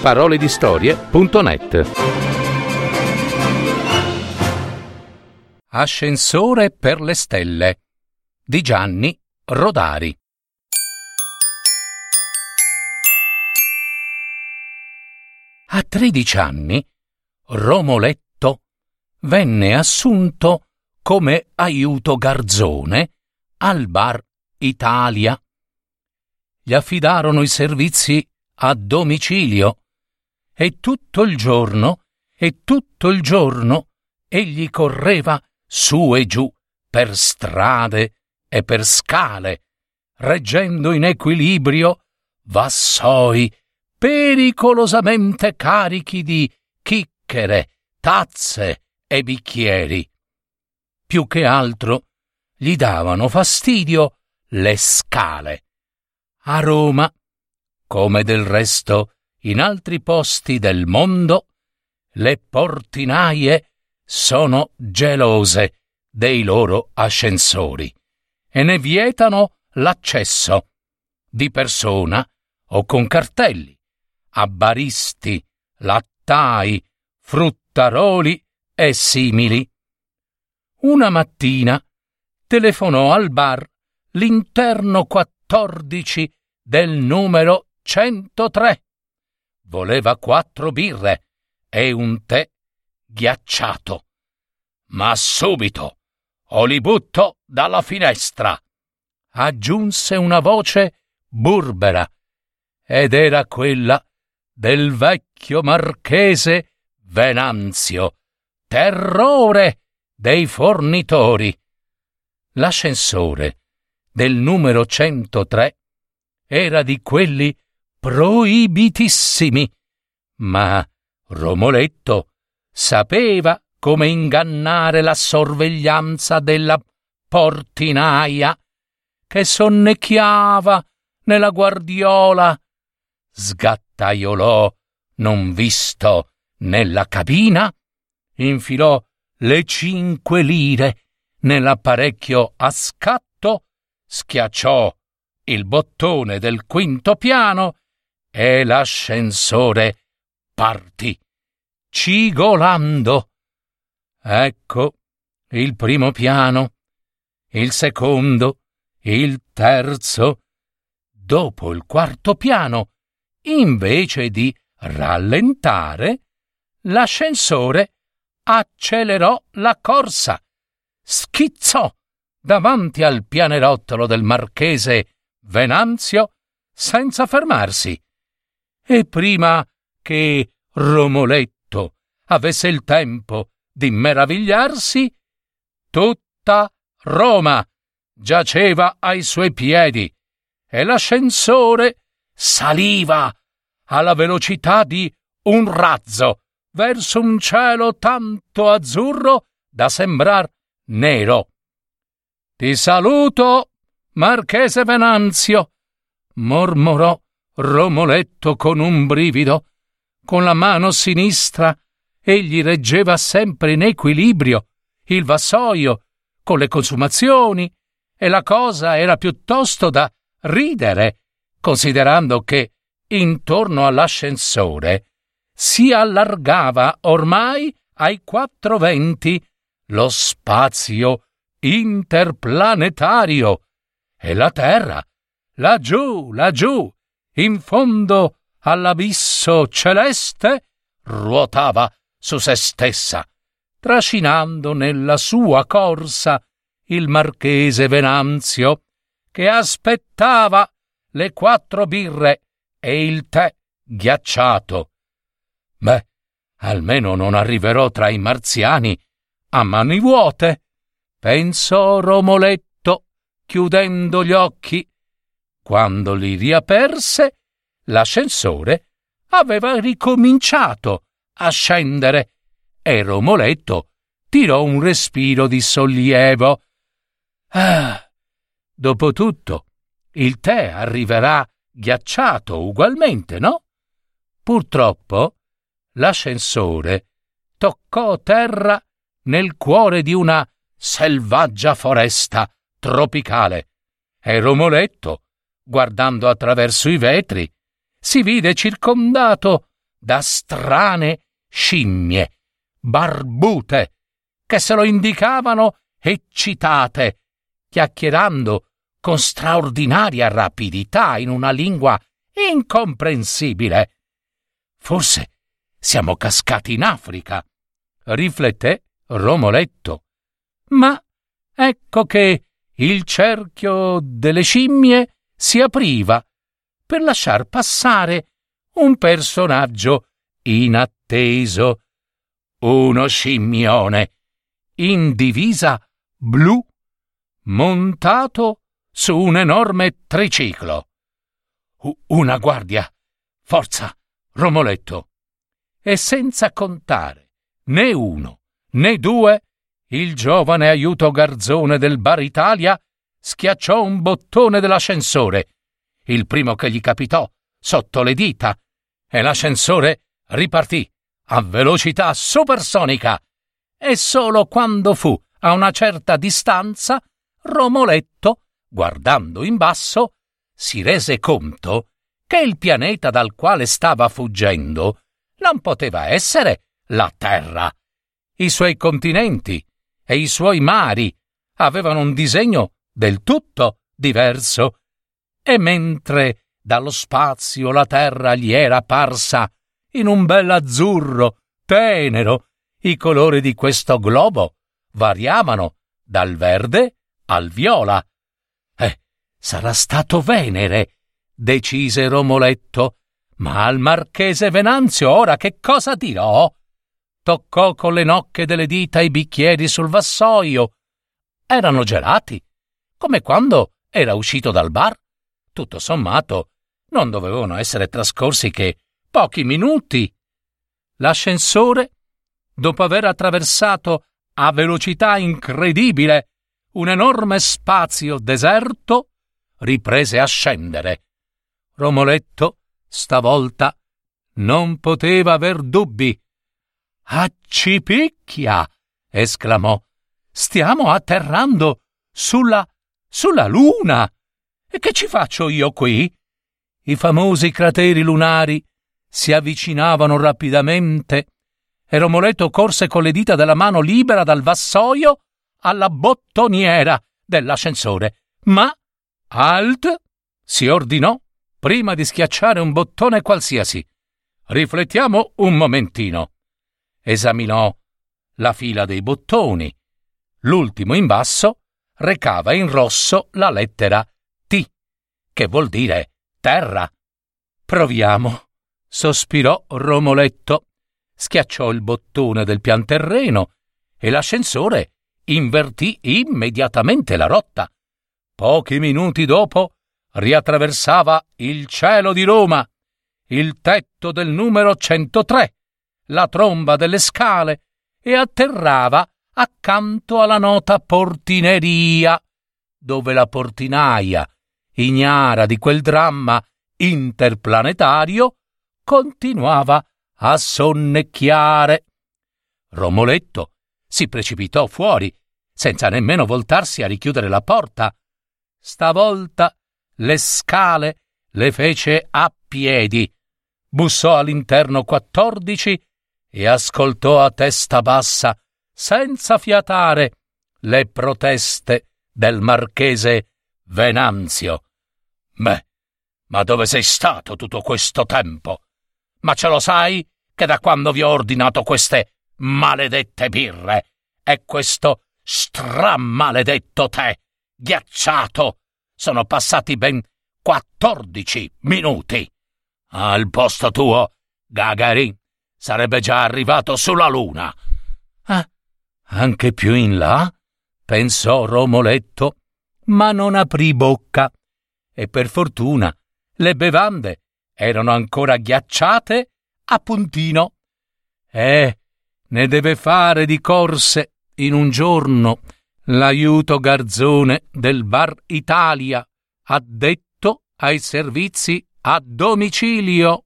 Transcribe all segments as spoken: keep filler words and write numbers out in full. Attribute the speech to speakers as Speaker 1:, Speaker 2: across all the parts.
Speaker 1: paroledistorie punto net.
Speaker 2: Ascensore per le stelle di Gianni Rodari. A tredici anni Romoletto venne assunto come aiuto garzone al bar Italia. Gli affidarono i servizi a domicilio e tutto il giorno e tutto il giorno egli correva su e giù per strade e per scale, reggendo in equilibrio vassoi pericolosamente carichi di chicchere, tazze e bicchieri. Più che altro gli davano fastidio le scale. A Roma, come del resto in altri posti del mondo, le portinaie sono gelose dei loro ascensori e ne vietano l'accesso, di persona o con cartelli, a baristi, lattai, fruttaroli e simili. Una mattina telefonò al bar l'interno quattordici del numero centotré. Voleva quattro birre e un tè ghiacciato. Ma subito o li butto dalla finestra, aggiunse una voce burbera, ed era quella del vecchio marchese Venanzio, terrore dei fornitori. L'ascensore del numero centotré era di quelli proibitissimi, ma Romoletto sapeva come ingannare la sorveglianza della portinaia, che sonnecchiava nella guardiola. Sgattaiolò non visto nella cabina, infilò le cinque lire nell'apparecchio a scatto, schiacciò il bottone del quinto piano e l'ascensore partì, cigolando. Ecco il primo piano, il secondo, il terzo. Dopo il quarto piano, invece di rallentare, l'ascensore accelerò la corsa, schizzò davanti al pianerottolo del marchese Venanzio senza fermarsi, e prima che Romoletto avesse il tempo di meravigliarsi, tutta Roma giaceva ai suoi piedi e l'ascensore saliva alla velocità di un razzo verso un cielo tanto azzurro da sembrar nero. «Ti saluto, marchese Venanzio», mormorò Romoletto con un brivido. Con la mano sinistra egli reggeva sempre in equilibrio il vassoio con le consumazioni, e la cosa era piuttosto da ridere, considerando che intorno all'ascensore si allargava ormai ai quattro venti lo spazio interplanetario e la Terra, laggiù, laggiù, in fondo all'abisso celeste, ruotava su se stessa, trascinando nella sua corsa il marchese Venanzio, che aspettava le quattro birre e il tè ghiacciato. Beh, almeno non arriverò tra i marziani a mani vuote, pensò Romoletto, chiudendo gli occhi. Quando li riaperse, l'ascensore aveva ricominciato a scendere e Romoletto tirò un respiro di sollievo. Ah, dopotutto, il tè arriverà ghiacciato ugualmente, no? Purtroppo, l'ascensore toccò terra nel cuore di una selvaggia foresta tropicale e Romoletto, guardando attraverso i vetri, si vide circondato da strane scimmie, barbute, che se lo indicavano eccitate, chiacchierando con straordinaria rapidità in una lingua incomprensibile. Forse siamo cascati in Africa, rifletté Romoletto. Ma ecco che il cerchio delle scimmie si apriva per lasciar passare un personaggio inatteso, uno scimmione in divisa blu montato su un enorme triciclo. U- una guardia, forza, Romoletto. E senza contare né uno né due, il giovane aiuto garzone del Bar Italia schiacciò un bottone dell'ascensore, il primo che gli capitò sotto le dita, e l'ascensore ripartì a velocità supersonica. E solo quando fu a una certa distanza, Romoletto, guardando in basso, si rese conto che il pianeta dal quale stava fuggendo non poteva essere la Terra. I suoi continenti e i suoi mari avevano un disegno del tutto diverso, e mentre dallo spazio la Terra gli era parsa in un bel azzurro tenero, i colori di questo globo variavano dal verde al viola. Eh, sarà stato Venere, decise Romoletto, ma al marchese Venanzio ora che cosa dirò? Toccò con le nocche delle dita i bicchieri sul vassoio. Erano gelati, come quando era uscito dal bar. Tutto sommato, non dovevano essere trascorsi che pochi minuti. L'ascensore, dopo aver attraversato a velocità incredibile un enorme spazio deserto, riprese a scendere. Romoletto, stavolta, non poteva aver dubbi. «Accipicchia!» esclamò. «Stiamo atterrando sulla... sulla Luna! E che ci faccio io qui?» I famosi crateri lunari si avvicinavano rapidamente e Romoletto corse con le dita della mano libera dal vassoio alla bottoniera dell'ascensore. Ma «Halt!» si ordinò prima di schiacciare un bottone qualsiasi. «Riflettiamo un momentino». Esaminò la fila dei bottoni. L'ultimo in basso recava in rosso la lettera T, che vuol dire terra. «Proviamo», sospirò Romoletto. Schiacciò il bottone del pianterreno e l'ascensore invertì immediatamente la rotta. Pochi minuti dopo riattraversava il cielo di Roma, il tetto del numero centotré, la tromba delle scale, e atterrava accanto alla nota portineria, dove la portinaia, ignara di quel dramma interplanetario, continuava a sonnecchiare. Romoletto si precipitò fuori, senza nemmeno voltarsi a richiudere la porta. Stavolta le scale le fece a piedi, bussò all'interno quattordici e ascoltò a testa bassa, senza fiatare, le proteste del marchese Venanzio. «Beh, ma dove sei stato tutto questo tempo? Ma ce lo sai che da quando vi ho ordinato queste maledette birre e questo strammaledetto tè ghiacciato sono passati ben quattordici minuti? Al posto tuo, Gagarin sarebbe già arrivato sulla Luna». «Ah, anche più in là?» pensò Romoletto, ma non aprì bocca. E per fortuna le bevande erano ancora ghiacciate a puntino. Eh, ne deve fare di corse in un giorno l'aiuto garzone del Bar Italia, addetto ai servizi a domicilio.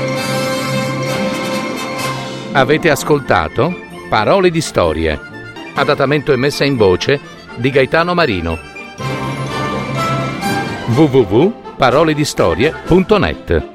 Speaker 1: Avete ascoltato Parole di Storie, Adattamento e messa in voce di Gaetano Marino. w w w punto paroledistorie punto net